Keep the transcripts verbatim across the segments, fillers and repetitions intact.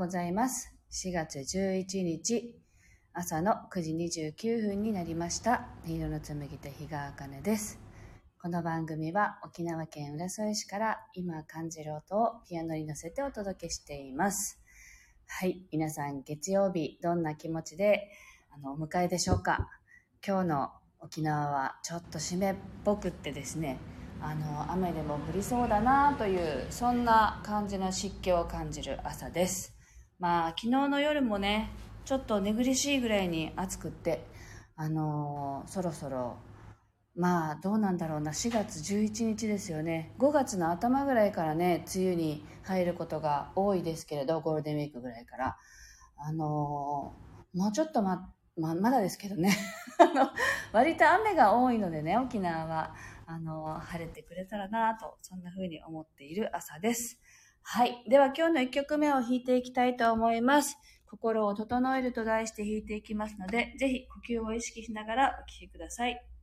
ございます。しがつじゅういちにち朝のくじにじゅうきゅうふんになりました。音色の紡手日川茜です。この番組は沖縄県浦添市から今感じる音をピアノに乗せてお届けしています。はい、皆さん月曜日どんな気持ちであのお迎えでしょうか。今日の沖縄はちょっと湿っぽくってですね、あの雨でも降りそうだなというそんな感じの湿気を感じる朝です。まあ昨日の夜もねちょっと寝苦しいぐらいに暑くってあのー、そろそろまあどうなんだろうな、しがつじゅういちにちですよね。ごがつの頭ぐらいからね梅雨に入ることが多いですけれど、ゴールデンウィークぐらいからあのー、もうちょっとまままだですけどねあの割と雨が多いのでね、沖縄はあの晴れてくれたらなと、そんな風に思っている朝です。はい、では今日のいっきょくめを弾いていきたいと思います。心を整えると題して弾いていきますので、ぜひ呼吸を意識しながらお聴きください。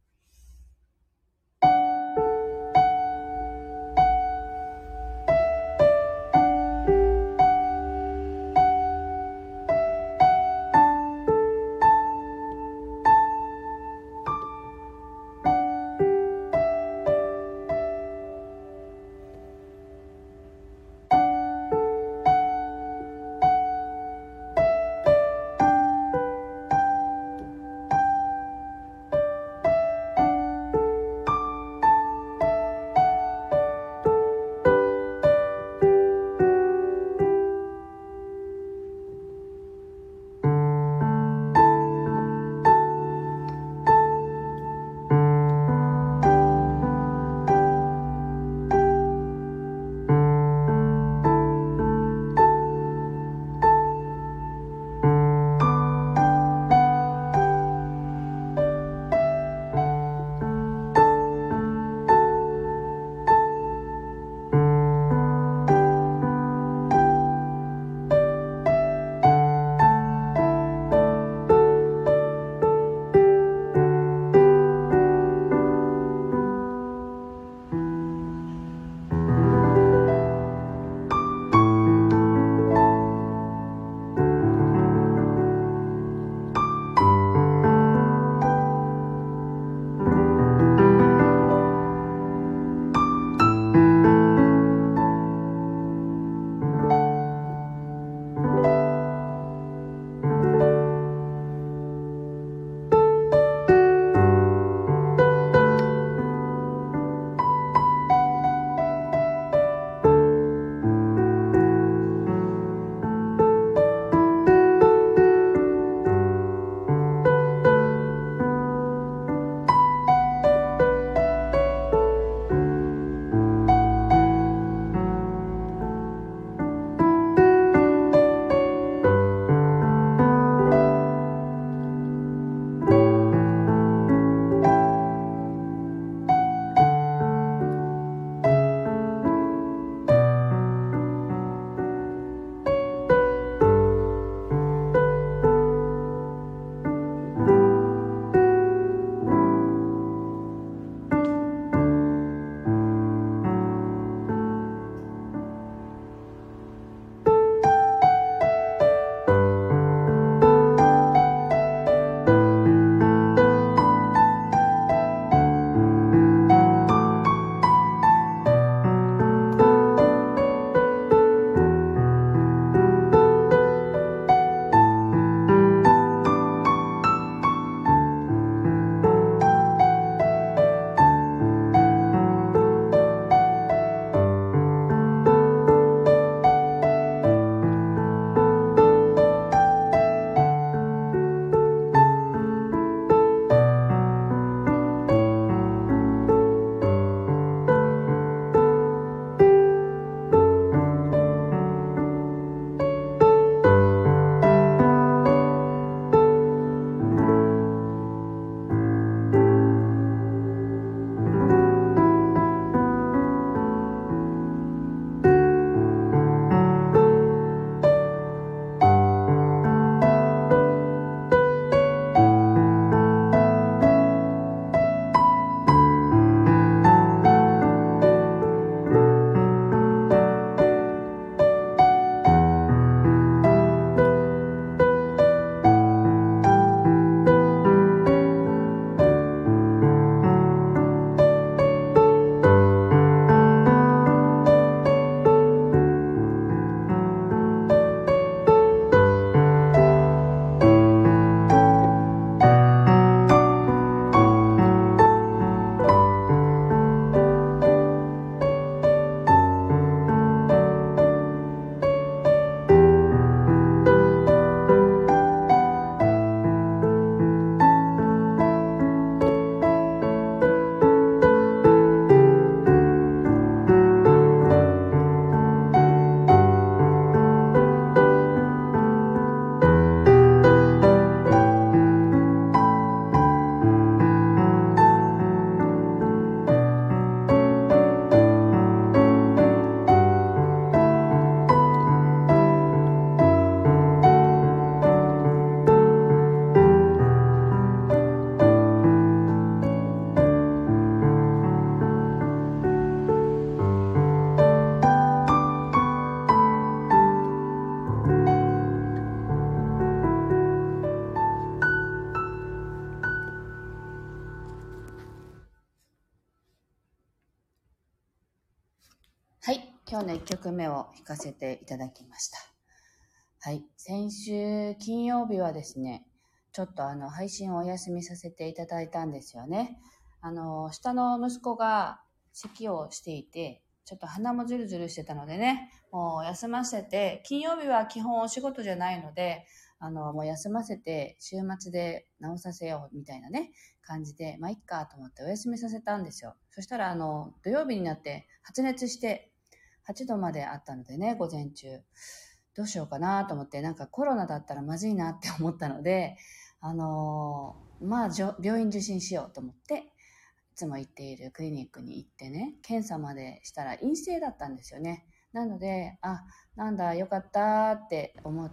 今日のいっきょくめを弾かせていただきました。はい。先週金曜日はですね、ちょっとあの配信をお休みさせていただいたんですよね。あの、下の息子が咳をしていて、ちょっと鼻もズルズルしてたのでね、もう休ませて、金曜日は基本お仕事じゃないので、あの、もう休ませて、週末で治させようみたいなね、感じで、まあ、いっかと思ってお休みさせたんですよ。そしたら、あの、土曜日になって発熱して、はちどまであったのでね、午前中。どうしようかなと思って、なんかコロナだったらまずいなって思ったので、あのー、まあ、病院受診しようと思って、いつも行っているクリニックに行ってね、検査までしたら陰性だったんですよね。なので、あ、なんだ、よかったって思って、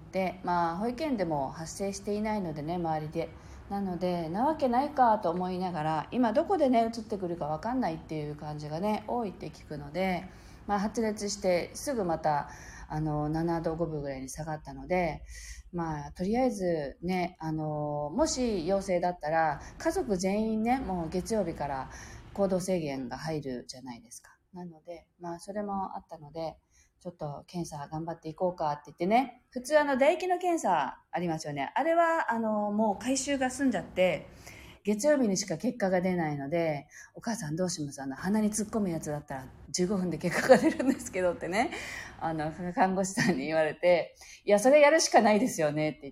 まあ、保育園でも発生していないのでね、周りで。なので、なわけないかと思いながら、今どこでね、移ってくるかわかんないっていう感じがね、多いって聞くので、まあ、発熱してすぐまた、あの、ななどごぶぐらいに下がったので、まあ、とりあえずね、あの、もし陽性だったら、家族全員ね、もう月曜日から行動制限が入るじゃないですか。なので、まあ、それもあったので、ちょっと検査頑張っていこうかって言ってね、普通あの唾液の検査ありますよね。あれはあのもう回収が済んじゃって、月曜日にしか結果が出ないので、お母さんどうします？あの鼻に突っ込むやつだったらじゅうごふんで結果が出るんですけどってね、あの看護師さんに言われて、いやそれやるしかないですよねって言って、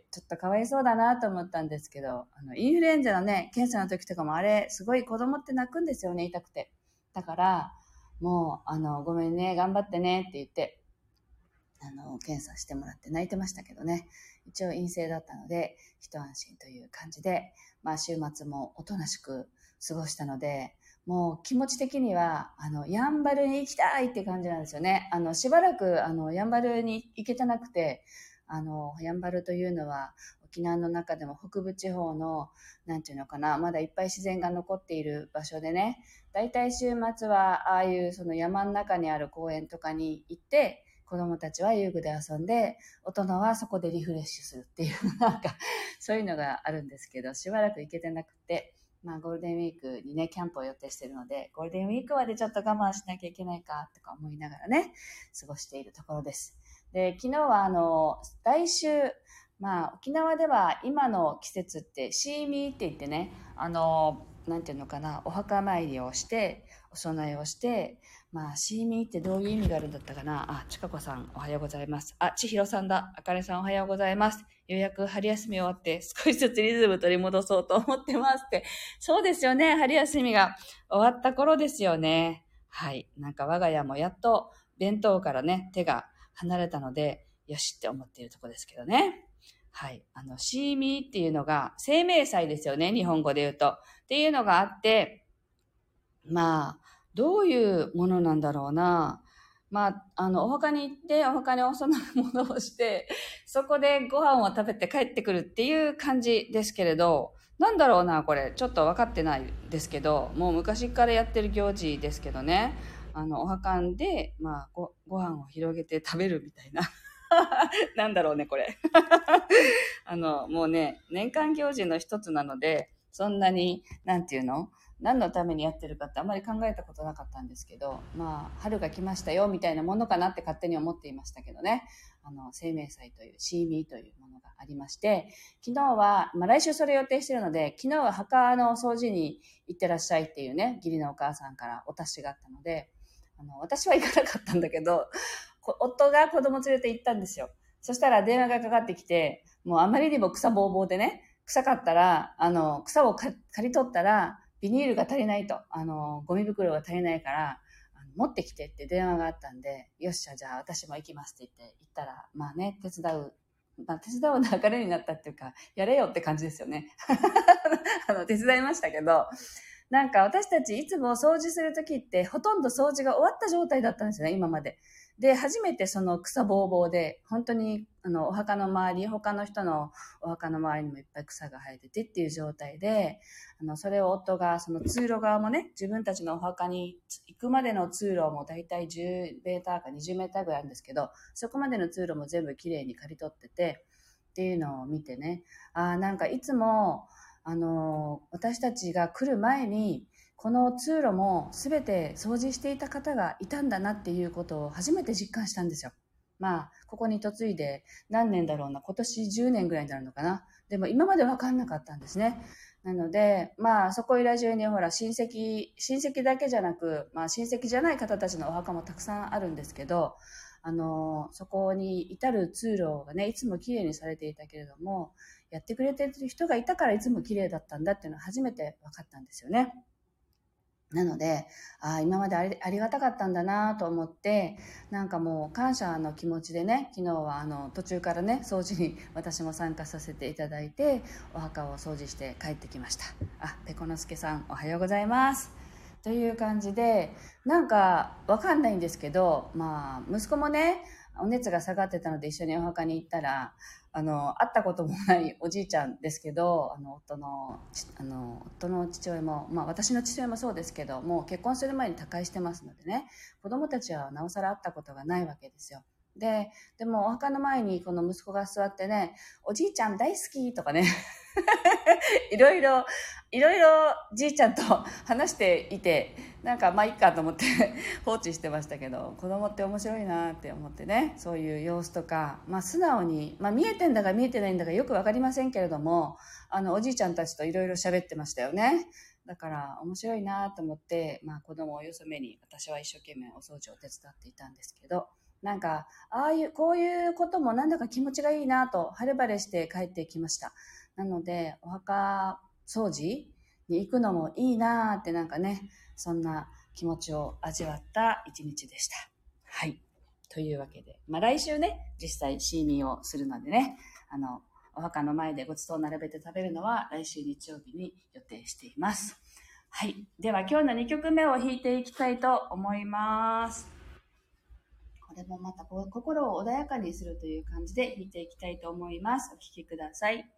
ちょっとかわいそうだなと思ったんですけど、あのインフルエンザのね検査の時とかもあれすごい子供って泣くんですよね、痛くて。だからもうあのごめんね頑張ってねって言って、あの検査してもらって泣いてましたけどね、一応陰性だったので一安心という感じで、まあ、週末もおとなしく過ごしたので、もう気持ち的にはあのやんばるに行きたいって感じなんですよね。あのしばらくあのやんばるに行けてなくて、あのやんばるというのは沖縄の中でも北部地方のなんていうのかな、まだいっぱい自然が残っている場所でね、だいたい週末はああいうその山の中にある公園とかに行って、子供たちは遊具で遊んで、大人はそこでリフレッシュするっていうなんかそういうのがあるんですけど、しばらく行けてなくて、まあゴールデンウィークにねキャンプを予定しているので、ゴールデンウィークまでちょっと我慢しなきゃいけないかとか思いながらね過ごしているところです。で、昨日はあの来週、まあ沖縄では今の季節ってシーミーって言ってね、あのなんていうのかな、お墓参りをしてお供えをして、まあ、シーミーってどういう意味があるんだったかな。あ、ちかこさんおはようございます。あ、ちひろさんだ。あかねさんおはようございます。ようやく春休み終わって少しずつリズム取り戻そうと思ってますって。そうですよね。春休みが終わった頃ですよね。はい。なんか我が家もやっと弁当からね、手が離れたので、よしって思っているところですけどね。はい。あの、シーミーっていうのが生命祭ですよね。日本語で言うと。っていうのがあって、まあ、どういうものなんだろうな。まあ、あの、お墓に行って、お墓にお供え物をして、そこでご飯を食べて帰ってくるっていう感じですけれど、なんだろうな、これ。ちょっと分かってないですけど、もう昔からやってる行事ですけどね。あの、お墓で、まあ、ご、ご飯を広げて食べるみたいな。なんだろうね、これ。あの、もうね、年間行事の一つなので、そんなに、なんていうの？何のためにやってるかってあんまり考えたことなかったんですけど、まあ、春が来ましたよみたいなものかなって勝手に思っていましたけどね。あの、生命祭というシーミーというものがありまして、昨日は、まあ来週それ予定してるので、昨日は墓の掃除に行ってらっしゃいっていうね、義理のお母さんからお達しがあったので、あの、私は行かなかったんだけど、夫が子供連れて行ったんですよ。そしたら電話がかかってきて、もうあまりにも草ぼうぼうでね、臭かったら、あの、草を刈り取ったら、ビニールが足りないと、あの、ゴミ袋が足りないから、持ってきてって電話があったんで、よっしゃ、じゃあ私も行きますって言って行ったら、まあね、手伝う、まあ手伝う流れになったっていうか、やれよって感じですよね。あの、手伝いましたけど、なんか私たちいつも掃除するときってほとんど掃除が終わった状態だったんですよね、今まで。で、初めてその草ぼうぼうで、本当にあのお墓の周り、他の人のお墓の周りにもいっぱい草が生えててっていう状態で、あのそれを夫がその通路側もね、自分たちのお墓に行くまでの通路もだいたいじゅうメーターかにじゅうメーターぐらいあるんですけど、そこまでの通路も全部きれいに刈り取っててっていうのを見てね、ああ、なんかいつもあの私たちが来る前にこの通路も全て掃除していた方がいたんだなっていうことを初めて実感したんですよ。まあ、ここに嫁いで何年だろうな、今年じゅうねんぐらいになるのかな。でも今まで分かんなかったんですね。なので、まあそこいら中にほら親戚、親戚だけじゃなく、まあ親戚じゃない方たちのお墓もたくさんあるんですけど、あの、そこに至る通路がね、いつも綺麗にされていたけれども、やってくれてる人がいたからいつも綺麗だったんだっていうのは初めて分かったんですよね。なので、ああ、今まであり、ありがたかったんだなと思って、なんかもう感謝の気持ちでね、昨日はあの途中からね、掃除に私も参加させていただいて、お墓を掃除して帰ってきました。あ、ペコのすけさん、おはようございます。という感じで、なんかわかんないんですけど、まあ、息子もね、お熱が下がってたので一緒にお墓に行ったら、あの、会ったこともないおじいちゃんですけど、あの、夫の、あの、夫の父親も、まあ私の父親もそうですけど、もう結婚する前に他界してますのでね、子供たちはなおさら会ったことがないわけですよ。で、でもお墓の前にこの息子が座ってね、おじいちゃん大好きとかね、いろいろ、いろいろじいちゃんと話していて、なんかまあいいかと思って放置してましたけど、子供って面白いなって思ってね、そういう様子とか、まあ素直に、まあ見えてんだか見えてないんだかよくわかりませんけれども、あのおじいちゃんたちといろいろ喋ってましたよね。だから面白いなと思って、まあ子供をよそ目に私は一生懸命お掃除を手伝っていたんですけど、なんか、ああいう、こういうこともなんだか気持ちがいいなと、晴れ晴れして帰ってきました。なので、お墓掃除に行くのもいいなってなんかね、そんな気持ちを味わった一日でした。はい。というわけで、まあ来週ね、実際シーミーをするのでね、あの、お墓の前でごちそうを並べて食べるのは来週日曜日に予定しています。はい。では今日のにきょくめを弾いていきたいと思います。これもまた心を穏やかにするという感じで弾いていきたいと思います。お聴きください。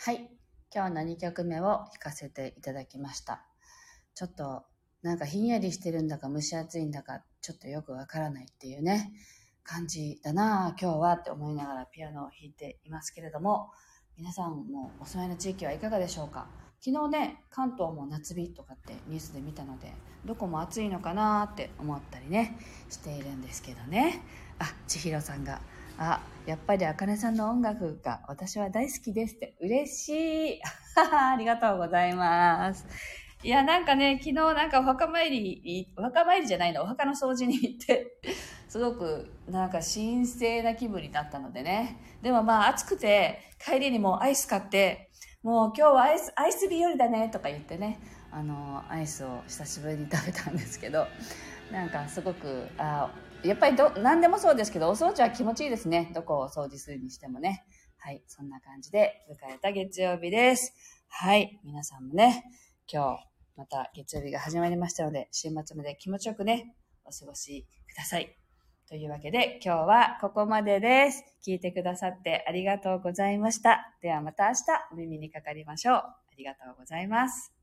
はい。今日のにきょくめを弾かせていただきました。ちょっとなんかひんやりしてるんだか蒸し暑いんだかちょっとよくわからないっていうね、感じだなぁ今日はって思いながらピアノを弾いていますけれども、皆さんもお住まいの地域はいかがでしょうか。昨日ね、関東も夏日とかってニュースで見たので、どこも暑いのかなって思ったりね、しているんですけどね。あ、千尋さんが、あ、やっぱりあかねさんの音楽が私は大好きですって嬉しい。ありがとうございます。いや、なんかね、昨日なんかお墓参り、お墓参りじゃないの、お墓の掃除に行って、すごくなんか神聖な気分になったのでね。でもまあ暑くて帰りにもうアイス買って、もう今日はアイス、アイス日和だねとか言ってね、あの、アイスを久しぶりに食べたんですけど、なんかすごく、あやっぱりど何でもそうですけど、お掃除は気持ちいいですね。どこを掃除するにしてもね。はい、そんな感じで迎えた月曜日です。はい、皆さんもね、今日また月曜日が始まりましたので、週末まで気持ちよくね、お過ごしください。というわけで今日はここまでです。聞いてくださってありがとうございました。ではまた明日お耳にかかりましょう。ありがとうございます。